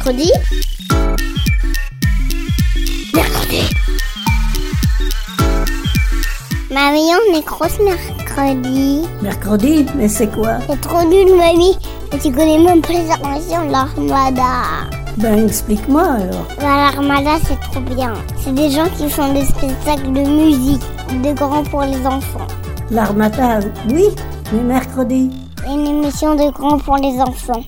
Mercredi. Mamie, on est grosse mercredi. Mercredi? Mais c'est quoi? C'est trop nul, mamie. Et tu connais même pas les informations de l'Armada. Ben, explique-moi alors. L'Armada, c'est trop bien. C'est des gens qui font des spectacles de musique, de grands pour les enfants. L'Armada, oui, mais mercredi. Une émission de grands pour les enfants.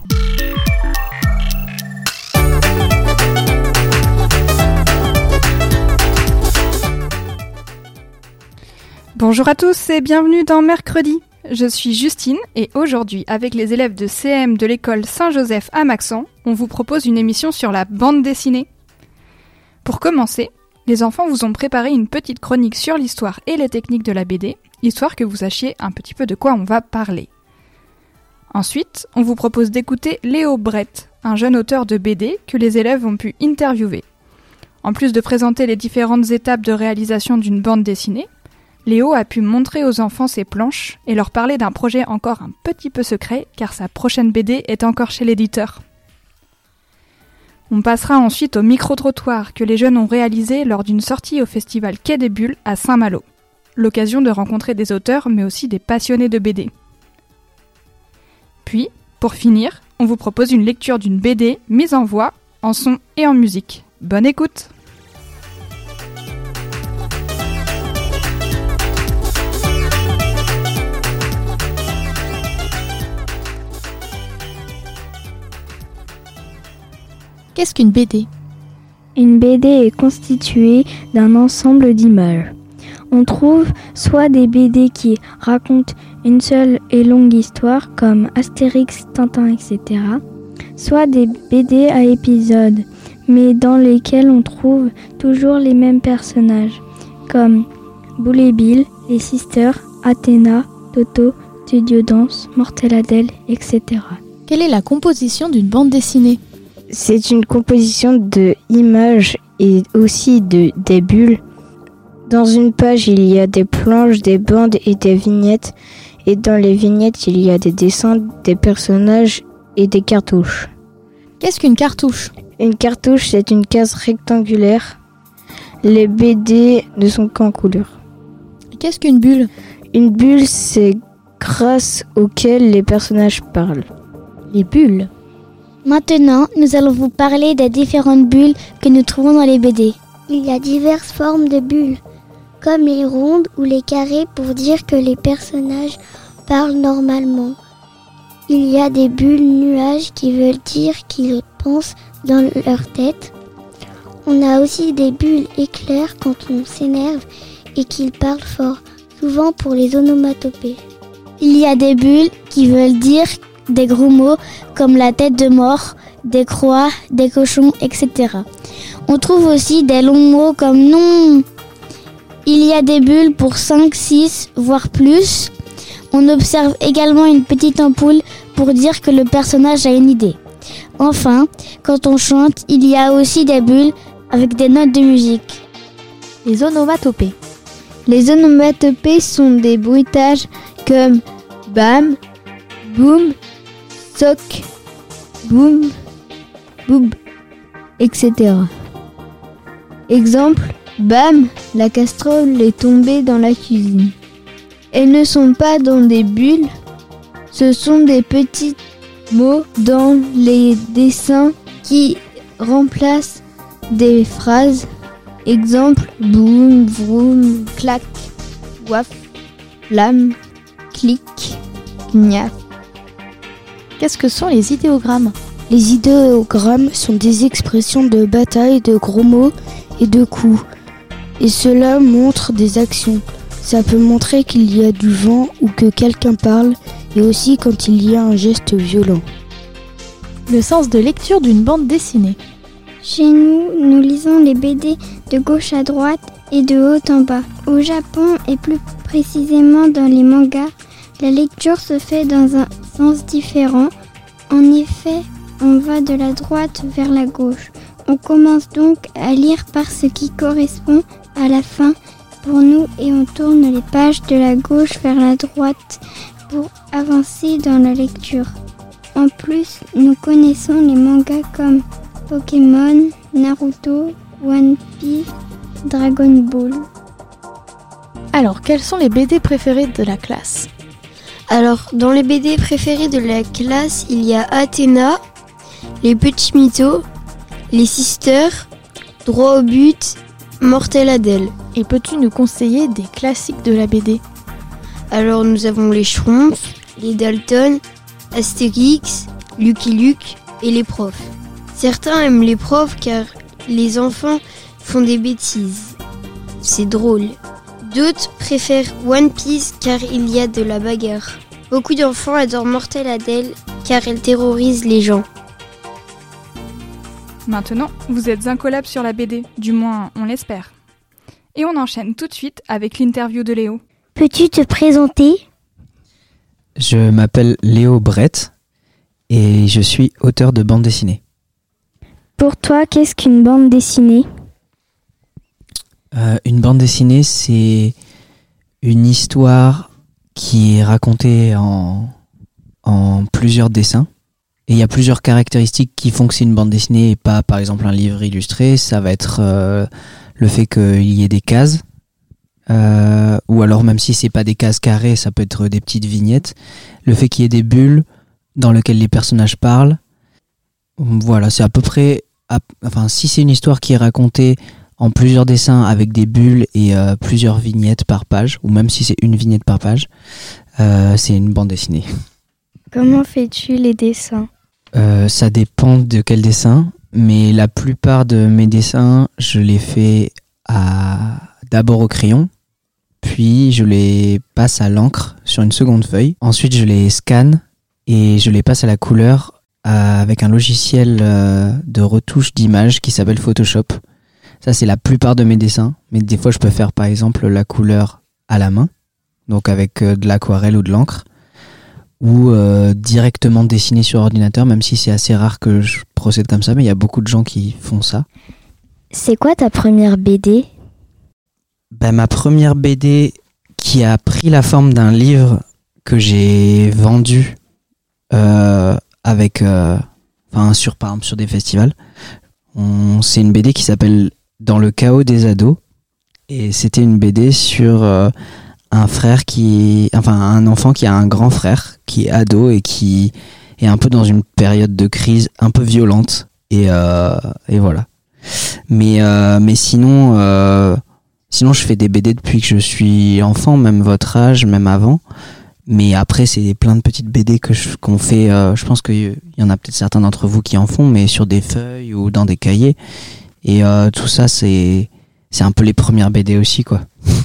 Bonjour à tous et bienvenue dans Mercredi. Je suis Justine et aujourd'hui, avec les élèves de CM de l'école Saint-Joseph à Maxent, on vous propose une émission sur la bande dessinée. Pour commencer, les enfants vous ont préparé une petite chronique sur l'histoire et les techniques de la BD, histoire que vous sachiez un petit peu de quoi on va parler. Ensuite, on vous propose d'écouter Léo Brett, un jeune auteur de BD que les élèves ont pu interviewer. En plus de présenter les différentes étapes de réalisation d'une bande dessinée, Léo a pu montrer aux enfants ses planches et leur parler d'un projet encore un petit peu secret car sa prochaine BD est encore chez l'éditeur. On passera ensuite au micro-trottoir que les jeunes ont réalisé lors d'une sortie au festival Quai des Bulles à Saint-Malo. L'occasion de rencontrer des auteurs mais aussi des passionnés de BD. Puis, pour finir, on vous propose une lecture d'une BD mise en voix, en son et en musique. Bonne écoute! Qu'est-ce qu'une BD ? Une BD est constituée d'un ensemble d'images. On trouve soit des BD qui racontent une seule et longue histoire, comme Astérix, Tintin, etc., soit des BD à épisodes, mais dans lesquels on trouve toujours les mêmes personnages, comme Boule et Bill, les Sisters, Athéna, Toto, Studio Dance, Mortel Adèle, etc. Quelle est la composition d'une bande dessinée ? C'est une composition de images et aussi des bulles. Dans une page, il y a des planches, des bandes et des vignettes. Et dans les vignettes, il y a des dessins, des personnages et des cartouches. Qu'est-ce qu'une cartouche ? Une cartouche, c'est une case rectangulaire. Les BD ne sont qu'en couleur. Qu'est-ce qu'une bulle ? Une bulle, c'est grâce auquel les personnages parlent. Les bulles. Maintenant, nous allons vous parler des différentes bulles que nous trouvons dans les BD. Il y a diverses formes de bulles, comme les rondes ou les carrés pour dire que les personnages parlent normalement. Il y a des bulles nuages qui veulent dire qu'ils pensent dans leur tête. On a aussi des bulles éclairs quand on s'énerve et qu'ils parlent fort, souvent pour les onomatopées. Il y a des bulles qui veulent dire des gros mots comme la tête de mort, des croix, des cochons, etc. On trouve aussi des longs mots comme non. Il y a des bulles pour 5, 6, voire plus. On observe également une petite ampoule pour dire que le personnage a une idée. Enfin, quand on chante, il y a aussi des bulles avec des notes de musique. Les onomatopées. Les onomatopées sont des bruitages comme bam, boum, soc, boum, boum, etc. Exemple, bam, la casserole est tombée dans la cuisine. Elles ne sont pas dans des bulles, ce sont des petits mots dans les dessins qui remplacent des phrases. Exemple, boum, vroom, clac, waf, flamme, clic, gnaf. Qu'est-ce que sont les idéogrammes ? Les idéogrammes sont des expressions de bataille, de gros mots et de coups. Et cela montre des actions. Ça peut montrer qu'il y a du vent ou que quelqu'un parle, et aussi quand il y a un geste violent. Le sens de lecture d'une bande dessinée. Chez nous, nous lisons les BD de gauche à droite et de haut en bas. Au Japon, et plus précisément dans les mangas, la lecture se fait dans un sens différent. En effet, on va de la droite vers la gauche. On commence donc à lire par ce qui correspond à la fin pour nous et on tourne les pages de la gauche vers la droite pour avancer dans la lecture. En plus, nous connaissons les mangas comme Pokémon, Naruto, One Piece, Dragon Ball. Alors, quels sont les BD préférés de la classe ? Alors, dans les BD préférés de la classe, il y a Athéna, Les Petits Mythos, Les Sisters, Droit au but, Mortel Adèle. Et peux-tu nous conseiller des classiques de la BD ? Alors, nous avons les Schtroumpfs, les Dalton, Astérix, Lucky Luke et les profs. Certains aiment les profs car les enfants font des bêtises. C'est drôle. D'autres préfèrent One Piece car il y a de la bagarre. Beaucoup d'enfants adorent Mortel Adèle car elle terrorise les gens. Maintenant, vous êtes incollables sur la BD, du moins on l'espère. Et on enchaîne tout de suite avec l'interview de Léo. Peux-tu te présenter ? Je m'appelle Léo Brett et je suis auteur de bande dessinée. Pour toi, qu'est-ce qu'une bande dessinée ? Une bande dessinée, c'est une histoire qui est racontée en plusieurs dessins. Et il y a plusieurs caractéristiques qui font que c'est une bande dessinée et pas, par exemple, un livre illustré. Ça va être le fait qu'il y ait des cases. Ou alors, même si c'est pas des cases carrées, ça peut être des petites vignettes. Le fait qu'il y ait des bulles dans lesquelles les personnages parlent. Voilà, c'est à peu près... Enfin, si c'est une histoire qui est racontée en plusieurs dessins avec des bulles et plusieurs vignettes par page, ou même si c'est une vignette par page, c'est une bande dessinée. Comment fais-tu les dessins ? Ça dépend de quel dessin, mais la plupart de mes dessins, je les fais d'abord au crayon, puis je les passe à l'encre sur une seconde feuille. Ensuite, je les scanne et je les passe à la couleur avec un logiciel de retouche d'images qui s'appelle Photoshop. Ça, c'est la plupart de mes dessins, mais des fois, je peux faire par exemple la couleur à la main, donc avec de l'aquarelle ou de l'encre, ou directement dessiner sur ordinateur, même si c'est assez rare que je procède comme ça, mais il y a beaucoup de gens qui font ça. C'est quoi ta première BD ? Ma première BD qui a pris la forme d'un livre que j'ai vendu avec, par exemple sur des festivals. C'est une BD qui s'appelle Dans le chaos des ados, et c'était une BD sur un enfant qui a un grand frère qui est ado et qui est un peu dans une période de crise un peu violente et voilà. Mais sinon je fais des BD depuis que je suis enfant, même votre âge, même avant. Mais après, c'est plein de petites BD qu'on fait. Je pense qu'il y en a peut-être certains d'entre vous qui en font, mais sur des feuilles ou dans des cahiers. Et tout ça, c'est un peu les premières BD aussi, quoi.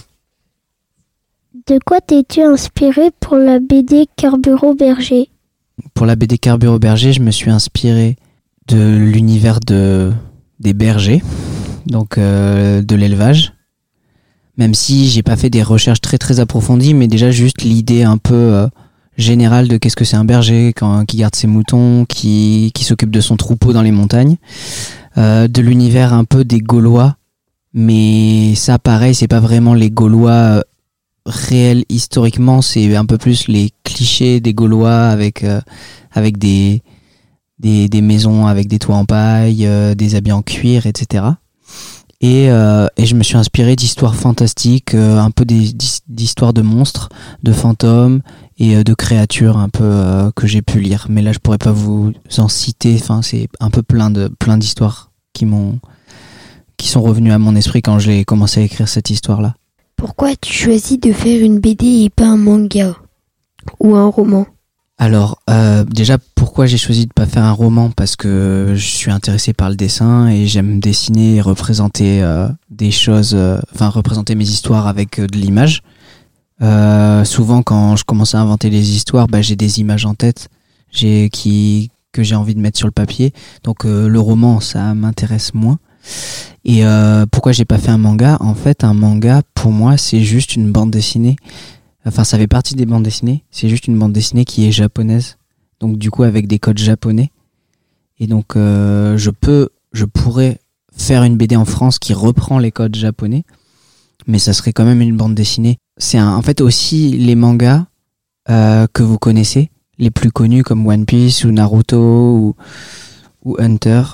De quoi t'es-tu inspiré pour la BD Carburo Berger ? Pour la BD Carburo Berger, je me suis inspiré de l'univers des bergers, donc de l'élevage. Même si j'ai pas fait des recherches très très approfondies, mais déjà juste l'idée un peu générale de qu'est-ce que c'est un berger qui garde ses moutons, qui s'occupe de son troupeau dans les montagnes, de l'univers un peu des Gaulois, mais ça pareil, c'est pas vraiment les Gaulois réels historiquement, c'est un peu plus les clichés des Gaulois avec des maisons avec des toits en paille, des habits en cuir, etc. Et je me suis inspiré d'histoires fantastiques, un peu d'histoires de monstres, de fantômes et de créatures un peu que j'ai pu lire. Mais là, je pourrais pas vous en citer. Enfin, c'est un peu plein d'histoires qui sont revenues à mon esprit quand j'ai commencé à écrire cette histoire-là. Pourquoi tu choisis de faire une BD et pas un manga ou un roman ? Alors, déjà, pourquoi j'ai choisi de pas faire un roman ? Parce que je suis intéressé par le dessin et j'aime dessiner et représenter des choses, représenter mes histoires avec de l'image. Souvent, quand je commence à inventer les histoires, j'ai des images en tête que j'ai envie de mettre sur le papier. Donc, le roman, ça m'intéresse moins. Et pourquoi j'ai pas fait un manga ? En fait, un manga, pour moi, c'est juste une bande dessinée. Enfin, ça fait partie des bandes dessinées. C'est juste une bande dessinée qui est japonaise. Donc, du coup, avec des codes japonais. Et donc, je pourrais faire une BD en France qui reprend les codes japonais. Mais ça serait quand même une bande dessinée. C'est en fait aussi les mangas que vous connaissez. Les plus connus comme One Piece ou Naruto ou Hunter.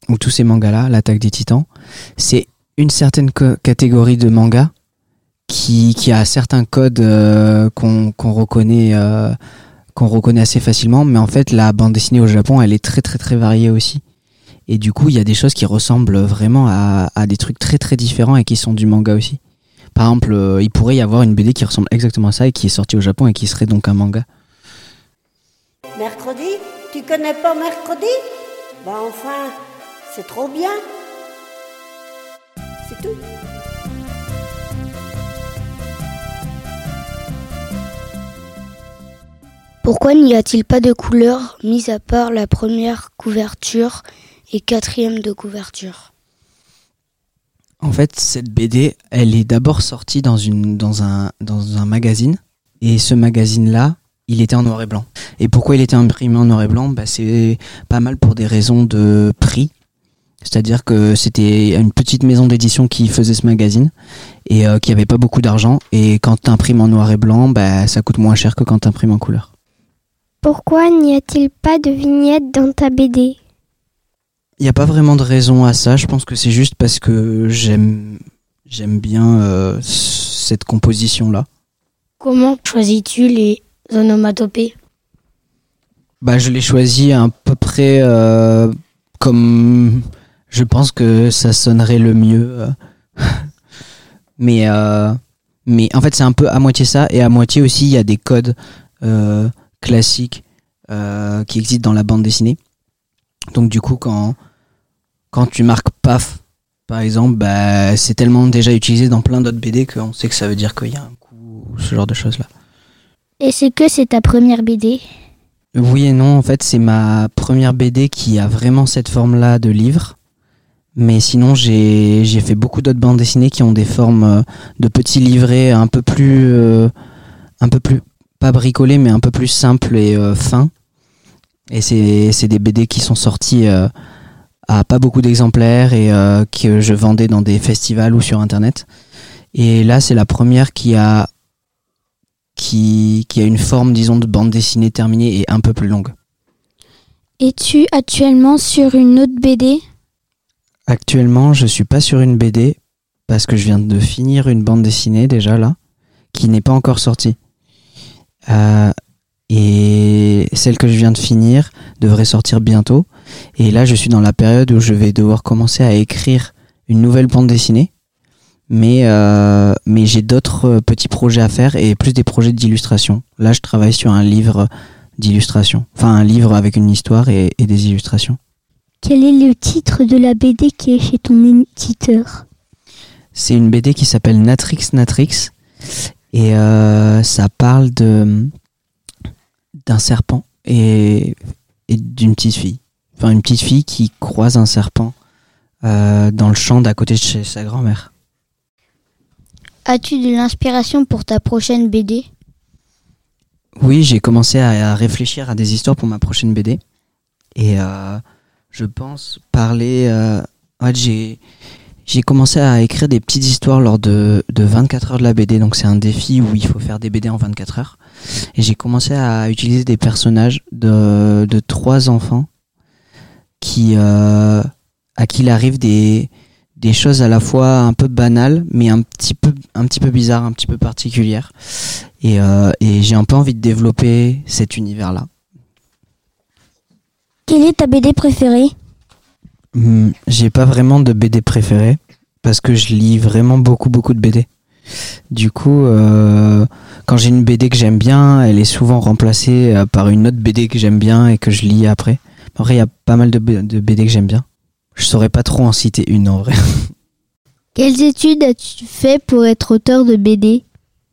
ou tous ces mangas-là, l'Attaque des Titans, c'est une certaine catégorie de manga qui a certains codes qu'on reconnaît assez facilement, mais en fait la bande dessinée au Japon, elle est très très très variée aussi. Et du coup, il y a des choses qui ressemblent vraiment à des trucs très très différents et qui sont du manga aussi. Par exemple, il pourrait y avoir une BD qui ressemble exactement à ça et qui est sortie au Japon et qui serait donc un manga. Mercredi? Tu connais pas Mercredi? Bah enfin, c'est trop bien. C'est tout. Pourquoi n'y a-t-il pas de couleur, mis à part la première couverture et quatrième de couverture? En fait, cette BD, elle est d'abord sortie dans un magazine. Et ce magazine-là, il était en noir et blanc. Et pourquoi il était imprimé en noir et blanc? C'est pas mal pour des raisons de prix. C'est-à-dire que c'était une petite maison d'édition qui faisait ce magazine et qui avait pas beaucoup d'argent. Et quand t'imprimes en noir et blanc, ça coûte moins cher que quand t'imprimes en couleur. Pourquoi n'y a-t-il pas de vignettes dans ta BD? Il n'y a pas vraiment de raison à ça. Je pense que c'est juste parce que j'aime bien cette composition-là. Comment choisis-tu les onomatopées? Je l'ai choisi à peu près comme je pense que ça sonnerait le mieux. Mais en fait, c'est un peu à moitié ça et à moitié aussi, il y a des codes classiques qui existent dans la bande dessinée. Donc du coup, quand tu marques PAF, par exemple, c'est tellement déjà utilisé dans plein d'autres BD qu'on sait que ça veut dire qu'il y a un coup, ce genre de choses-là. Et c'est ta première BD? Oui et non, en fait, c'est ma première BD qui a vraiment cette forme-là de livre. Mais sinon, j'ai fait beaucoup d'autres bandes dessinées qui ont des formes de petits livrets un peu plus pas bricolés, mais un peu plus simples et fins. Et c'est des BD qui sont sortis à pas beaucoup d'exemplaires et que je vendais dans des festivals ou sur internet. Et là, c'est la première qui a une forme, disons, de bande dessinée terminée et un peu plus longue. Es-tu actuellement sur une autre BD? Actuellement, je suis pas sur une BD parce que je viens de finir une bande dessinée déjà là, qui n'est pas encore sortie. Et celle que je viens de finir devrait sortir bientôt. Et là, je suis dans la période où je vais devoir commencer à écrire une nouvelle bande dessinée. Mais j'ai d'autres petits projets à faire et plus des projets d'illustration. Là, je travaille sur un livre d'illustration. Enfin, un livre avec une histoire et des illustrations. Quel est le titre de la BD qui est chez ton éditeur? C'est une BD qui s'appelle Natrix. Et ça parle d'un serpent et d'une petite fille. Enfin, une petite fille qui croise un serpent dans le champ d'à côté de chez sa grand-mère. As-tu de l'inspiration pour ta prochaine BD? Oui, j'ai commencé à réfléchir à des histoires pour ma prochaine BD. Et je pense parler... j'ai commencé à écrire des petites histoires lors de 24 heures de la BD. Donc c'est un défi où il faut faire des BD en 24 heures. Et j'ai commencé à utiliser des personnages de 3 enfants à qui il arrive des choses à la fois un peu banales, mais un petit peu bizarres, un petit peu particulières. Et j'ai un peu envie de développer cet univers-là. Quelle est ta BD préférée? J'ai pas vraiment de BD préférée, parce que je lis vraiment beaucoup de BD. Du coup, quand j'ai une BD que j'aime bien, elle est souvent remplacée par une autre BD que j'aime bien et que je lis après. Après, il y a pas mal de BD que j'aime bien. Je saurais pas trop en citer une en vrai. Quelles études as-tu fait pour être auteur de BD?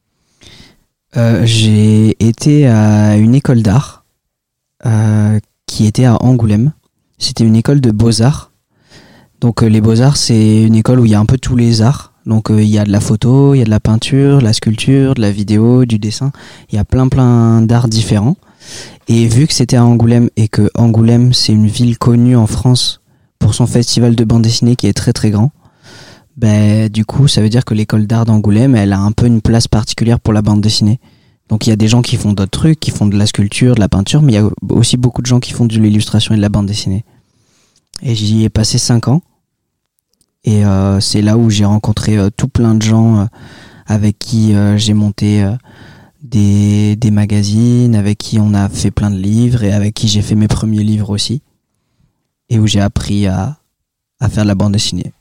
J'ai été à une école d'art qui était à Angoulême. C'était une école de beaux-arts. Donc les beaux-arts, c'est une école où il y a un peu tous les arts. Donc il y a de la photo, il y a de la peinture, de la sculpture, de la vidéo, du dessin. Il y a plein d'arts différents. Et vu que c'était à Angoulême et que Angoulême, c'est une ville connue en France pour son festival de bande dessinée qui est très très grand, du coup, ça veut dire que l'école d'art d'Angoulême, elle a un peu une place particulière pour la bande dessinée. Donc il y a des gens qui font d'autres trucs, qui font de la sculpture, de la peinture, mais il y a aussi beaucoup de gens qui font de l'illustration et de la bande dessinée. Et j'y ai passé 5 ans. Et c'est là où j'ai rencontré tout plein de gens avec qui j'ai monté des magazines, avec qui on a fait plein de livres et avec qui j'ai fait mes premiers livres aussi. Et où j'ai appris à faire de la bande dessinée.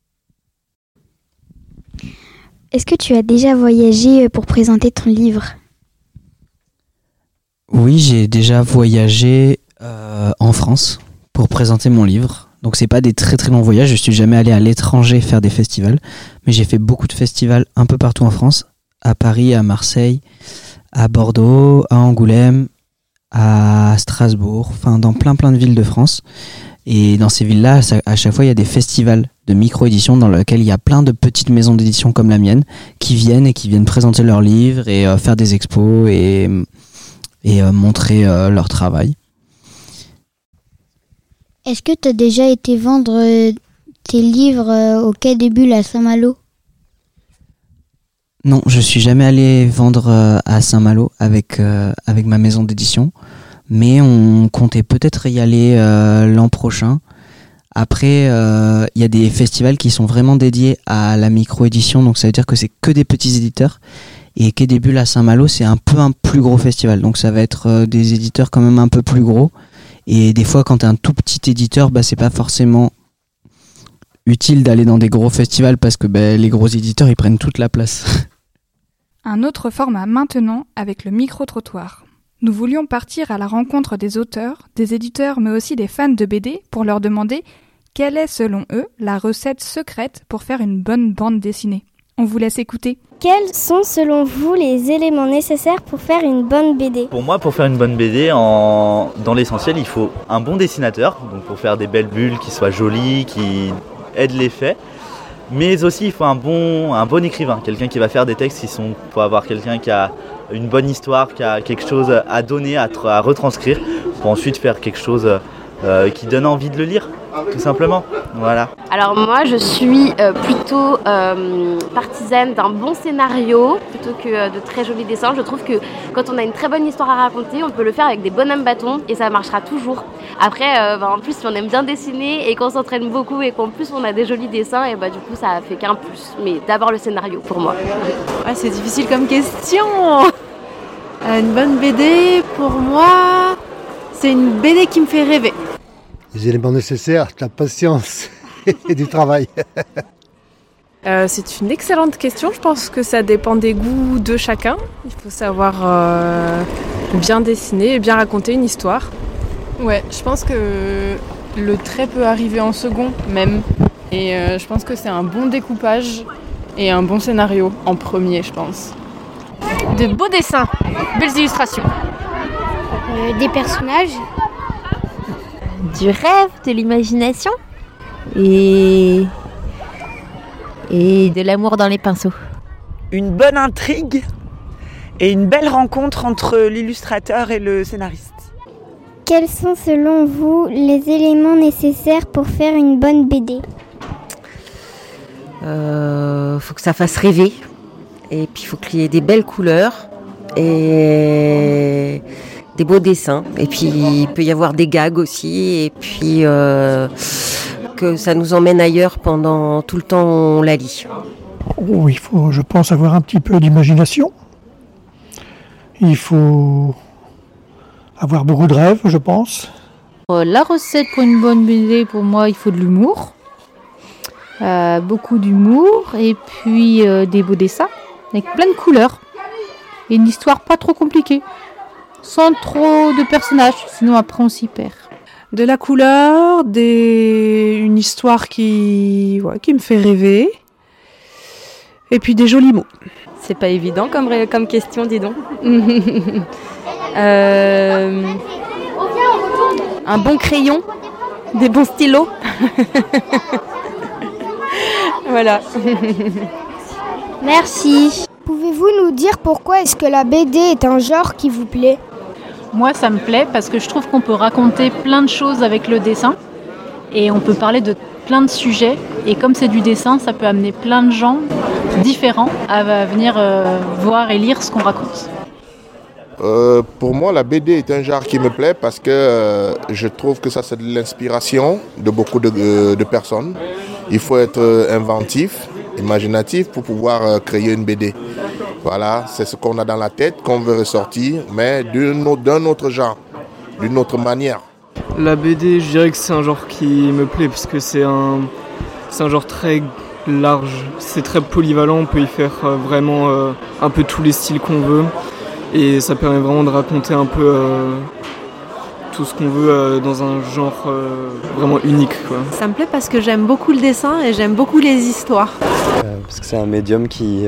Est-ce que tu as déjà voyagé pour présenter ton livre ? Oui, j'ai déjà voyagé en France pour présenter mon livre. Donc c'est pas des très très longs voyages, je suis jamais allé à l'étranger faire des festivals, mais j'ai fait beaucoup de festivals un peu partout en France, à Paris, à Marseille, à Bordeaux, à Angoulême, à Strasbourg, enfin dans plein de villes de France. Et dans ces villes-là, à chaque fois, il y a des festivals de micro-édition dans lesquels il y a plein de petites maisons d'édition comme la mienne qui viennent présenter leurs livres et faire des expos et montrer leur travail. Est-ce que tu as déjà été vendre tes livres au Quai des Bulles à Saint-Malo ? Non, je suis jamais allé vendre à Saint-Malo avec ma maison d'édition, mais on comptait peut-être y aller l'an prochain. Après, il y a des festivals qui sont vraiment dédiés à la micro-édition, donc ça veut dire que c'est que des petits éditeurs. Et Quai des Bulles à Saint-Malo, c'est un plus gros festival, donc ça va être des éditeurs quand même un peu plus gros. Et des fois, quand t'es un tout petit éditeur, c'est pas forcément utile d'aller dans des gros festivals parce que les gros éditeurs, ils prennent toute la place. Un autre format maintenant avec le micro-trottoir. Nous voulions partir à la rencontre des auteurs, des éditeurs, mais aussi des fans de BD pour leur demander quelle est, selon eux, la recette secrète pour faire une bonne bande dessinée. On vous laisse écouter. Quels sont, selon vous, les éléments nécessaires pour faire une bonne BD ? Pour moi, pour faire une bonne BD, dans l'essentiel, il faut un bon dessinateur, donc pour faire des belles bulles qui soient jolies, qui aident l'effet. Mais aussi, il faut un bon écrivain, quelqu'un qui va faire des textes il faut avoir quelqu'un qui a une bonne histoire, qui a quelque chose à donner, à retranscrire, pour ensuite faire quelque chose qui donne envie de le lire, tout simplement. Voilà. Alors moi, je suis plutôt partisane d'un bon scénario plutôt que de très jolis dessins. Je trouve que quand on a une très bonne histoire à raconter, on peut le faire avec des bonhommes bâtons et ça marchera toujours. Après, en plus, si on aime bien dessiner et qu'on s'entraîne beaucoup et qu'en plus on a des jolis dessins, et du coup, ça fait qu'un plus. Mais d'abord le scénario pour moi. Ouais, c'est difficile comme question. Une bonne BD, pour moi, c'est une BD qui me fait rêver. Les éléments nécessaires, de la patience et du travail. C'est une excellente question. Je pense que ça dépend des goûts de chacun. Il faut savoir bien dessiner et bien raconter une histoire. Ouais, je pense que le trait peut arriver en second même. Et je pense que c'est un bon découpage et un bon scénario en premier, je pense. De beaux dessins, belles illustrations. Des personnages. Du rêve, de l'imagination et de l'amour dans les pinceaux. Une bonne intrigue et une belle rencontre entre l'illustrateur et le scénariste. Quels sont selon vous les éléments nécessaires pour faire une bonne BD ? Faut que ça fasse rêver et puis il faut qu'il y ait des belles couleurs et des beaux dessins, et puis il peut y avoir des gags aussi, et puis que ça nous emmène ailleurs pendant tout le temps on la lit. Oh, il faut, je pense, avoir un petit peu d'imagination. Il faut avoir beaucoup de rêves, je pense. La recette pour une bonne BD, pour moi, il faut de l'humour. Beaucoup d'humour, et puis des beaux dessins, avec plein de couleurs. Et une histoire pas trop compliquée. Sans trop de personnages, sinon après on s'y perd. De la couleur, une histoire qui me fait rêver, et puis des jolis mots. C'est pas évident comme question, dis donc. Un bon crayon, des bons stylos. Voilà. Merci. Pouvez-vous nous dire pourquoi est-ce que la BD est un genre qui vous plaît ? Moi, ça me plaît parce que je trouve qu'on peut raconter plein de choses avec le dessin et on peut parler de plein de sujets. Et comme c'est du dessin, ça peut amener plein de gens différents à venir voir et lire ce qu'on raconte. Pour moi, la BD est un genre qui me plaît parce que je trouve que ça, c'est de l'inspiration de beaucoup de personnes. Il faut être inventif, imaginatif pour pouvoir créer une BD. Voilà, c'est ce qu'on a dans la tête, qu'on veut ressortir, mais d'un autre genre, d'une autre manière. La BD, je dirais que c'est un genre qui me plaît parce que c'est un genre très large, c'est très polyvalent, on peut y faire vraiment un peu tous les styles qu'on veut et ça permet vraiment de raconter un peu tout ce qu'on veut dans un genre vraiment unique, quoi. Ça me plaît parce que j'aime beaucoup le dessin et j'aime beaucoup les histoires. Parce que c'est un médium qui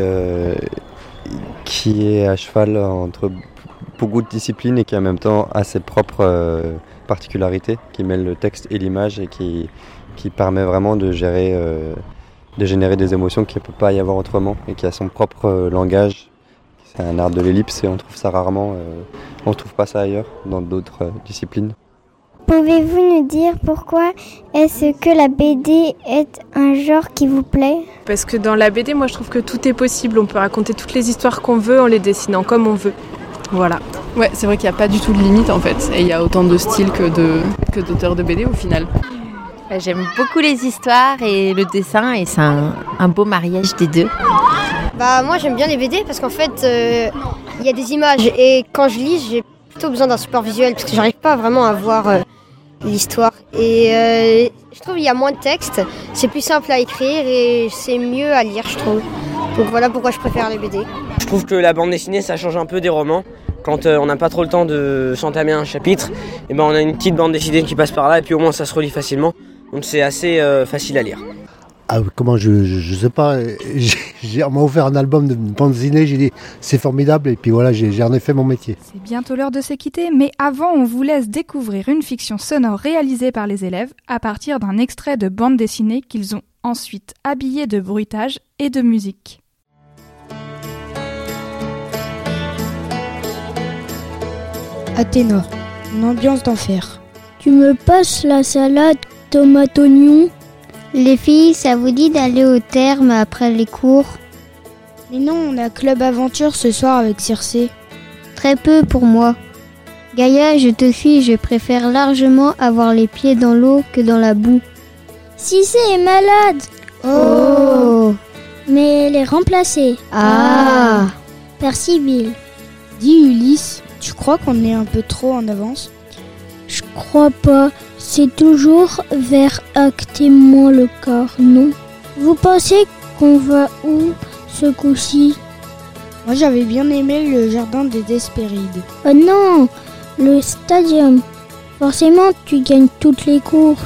est à cheval entre beaucoup de disciplines et qui en même temps a ses propres particularités, qui mêle le texte et l'image et qui permet vraiment de générer des émotions qu'il ne peut pas y avoir autrement et qui a son propre langage. C'est un art de l'ellipse et on trouve ça rarement, on ne trouve pas ça ailleurs dans d'autres disciplines. Pouvez-vous nous dire pourquoi est-ce que la BD est un genre qui vous plaît ? Parce que dans la BD, moi je trouve que tout est possible, on peut raconter toutes les histoires qu'on veut en les dessinant comme on veut. Voilà. Ouais, c'est vrai qu'il n'y a pas du tout de limite en fait, et il y a autant de styles que d'auteurs de BD au final. J'aime beaucoup les histoires et le dessin et c'est un beau mariage des deux. Moi j'aime bien les BD parce qu'en fait il y a des images et quand je lis j'ai plutôt besoin d'un support visuel parce que j'arrive pas vraiment à voir l'histoire et je trouve qu'il y a moins de texte, c'est plus simple à écrire et c'est mieux à lire je trouve. Donc voilà pourquoi je préfère les BD. Je trouve que la bande dessinée ça change un peu des romans. Quand on n'a pas trop le temps de s'entamer un chapitre, et on a une petite bande dessinée qui passe par là et puis au moins ça se relie facilement. Donc c'est assez facile à lire. Ah, comment je sais pas, on m'a offert un album de bande dessinée, j'ai dit c'est formidable et puis voilà, j'ai en effet mon métier. C'est bientôt l'heure de se quitter, mais avant on vous laisse découvrir une fiction sonore réalisée par les élèves à partir d'un extrait de bande dessinée qu'ils ont ensuite habillé de bruitage et de musique. Athéna, une ambiance d'enfer. Tu me passes la salade tomate oignon? Les filles, ça vous dit d'aller au terme après les cours? Mais non, on a club aventure ce soir avec Circé. Très peu pour moi. Gaïa, je te suis, je préfère largement avoir les pieds dans l'eau que dans la boue. Cissé est malade. Oh. Mais elle est remplacée. Ah. Par Sibylle. Dis Ulysse, tu crois qu'on est un peu trop en avance? Je crois pas. C'est toujours vers actement le quart, non? Vous pensez qu'on va où ce coup-ci? Moi j'avais bien aimé le jardin des Hespérides. Oh non, le stadium. Forcément tu gagnes toutes les courses.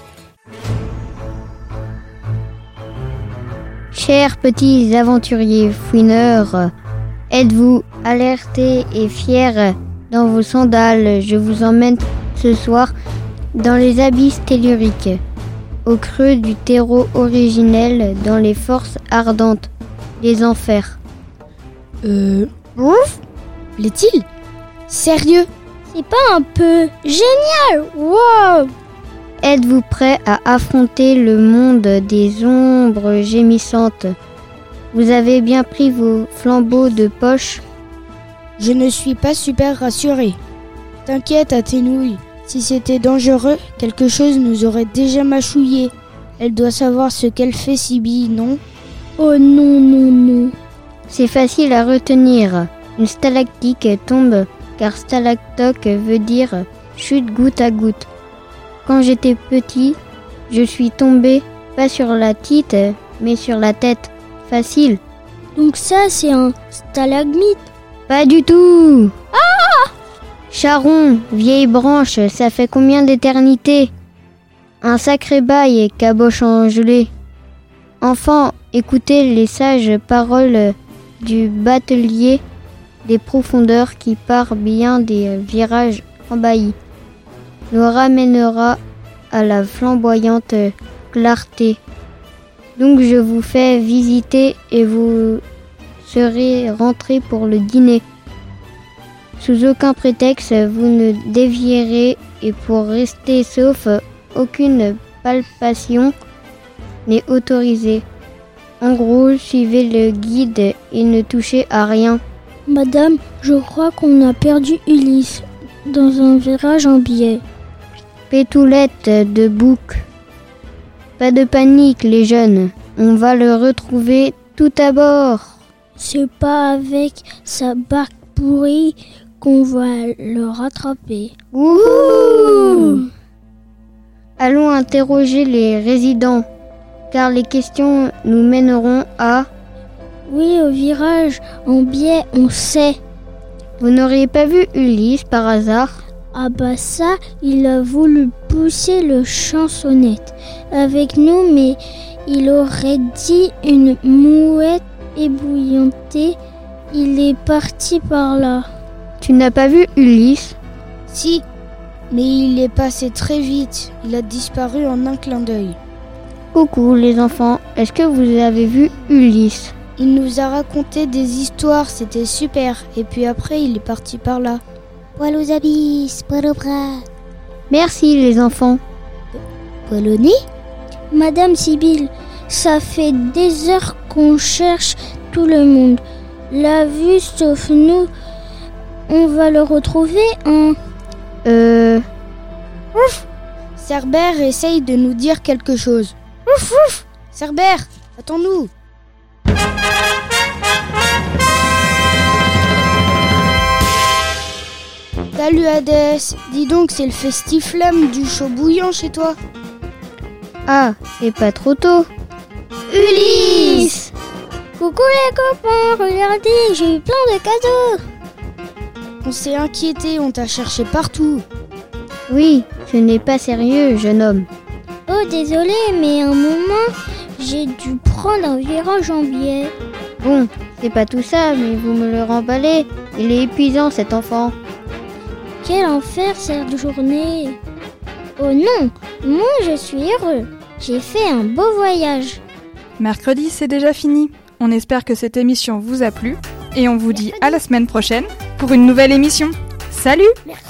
Chers petits aventuriers fouineurs, êtes-vous alertés et fiers dans vos sandales? Je vous emmène ce soir dans les abysses telluriques, au creux du terreau originel, dans les forces ardentes des enfers. Ouf, l'est-il? Sérieux? C'est pas un peu génial? Wow! Êtes-vous prêts à affronter le monde des ombres gémissantes? Vous avez bien pris vos flambeaux de poche? Je ne suis pas super rassurée. T'inquiète, Athénouille. Si c'était dangereux, quelque chose nous aurait déjà mâchouillé. Elle doit savoir ce qu'elle fait, Sibylle, non? Oh non, non, non. C'est facile à retenir. Une stalactique tombe, car stalactoc veut dire chute goutte à goutte. Quand j'étais petit, je suis tombé, pas sur la tite, mais sur la tête. Facile. Donc ça, c'est un stalagmite? Pas du tout. Ah! Charron, vieille branche, ça fait combien d'éternité? Un sacré bail, caboche en gelée. Enfant, écoutez les sages paroles du batelier des profondeurs qui par bien des virages embahis nous ramènera à la flamboyante clarté. Donc je vous fais visiter et vous serez rentrés pour le dîner. Sous aucun prétexte, vous ne dévierez et pour rester sauf, aucune palpation n'est autorisée. En gros, suivez le guide et ne touchez à rien. Madame, je crois qu'on a perdu Ulysse dans un virage en biais. Pétoulette de bouc. Pas de panique, les jeunes. On va le retrouver tout à bord. C'est pas avec sa barque pourrie qu'on va le rattraper. Wouhou! Allons interroger les résidents, car les questions nous mèneront à... Oui, au virage en biais, on sait. Vous n'auriez pas vu Ulysse par hasard? Ah bah ça, il a voulu pousser le chansonnette avec nous, mais il aurait dit une mouette ébouillantée. Il est parti par là. Tu n'as pas vu Ulysse? Si, mais il est passé très vite. Il a disparu en un clin d'œil. Coucou les enfants, est-ce que vous avez vu Ulysse? Il nous a raconté des histoires, c'était super. Et puis après, il est parti par là. Poil aux abysses, poil aux bras. Merci les enfants. Poil au nez? Madame Sibylle, ça fait des heures qu'on cherche tout le monde. L'a vu sauf nous. On va le retrouver en... Ouf! Cerbère essaye de nous dire quelque chose. Ouf, ouf! Cerbère, attends-nous. Salut Hadès, dis donc c'est le festiflamme du chaud bouillant chez toi. Ah, c'est pas trop tôt. Ulysse! Coucou les copains, regardez, j'ai eu plein de cadeaux. On s'est inquiété, on t'a cherché partout. Oui, ce n'est pas sérieux, jeune homme. Oh désolé, mais à un moment, j'ai dû prendre un virage en biais. Bon, c'est pas tout ça, mais vous me le remballez. Il est épuisant cet enfant. Quel enfer cette journée. Oh non, moi je suis heureux. J'ai fait un beau voyage. Mercredi, c'est déjà fini. On espère que cette émission vous a plu et on vous dit à la semaine prochaine pour une nouvelle émission. Salut!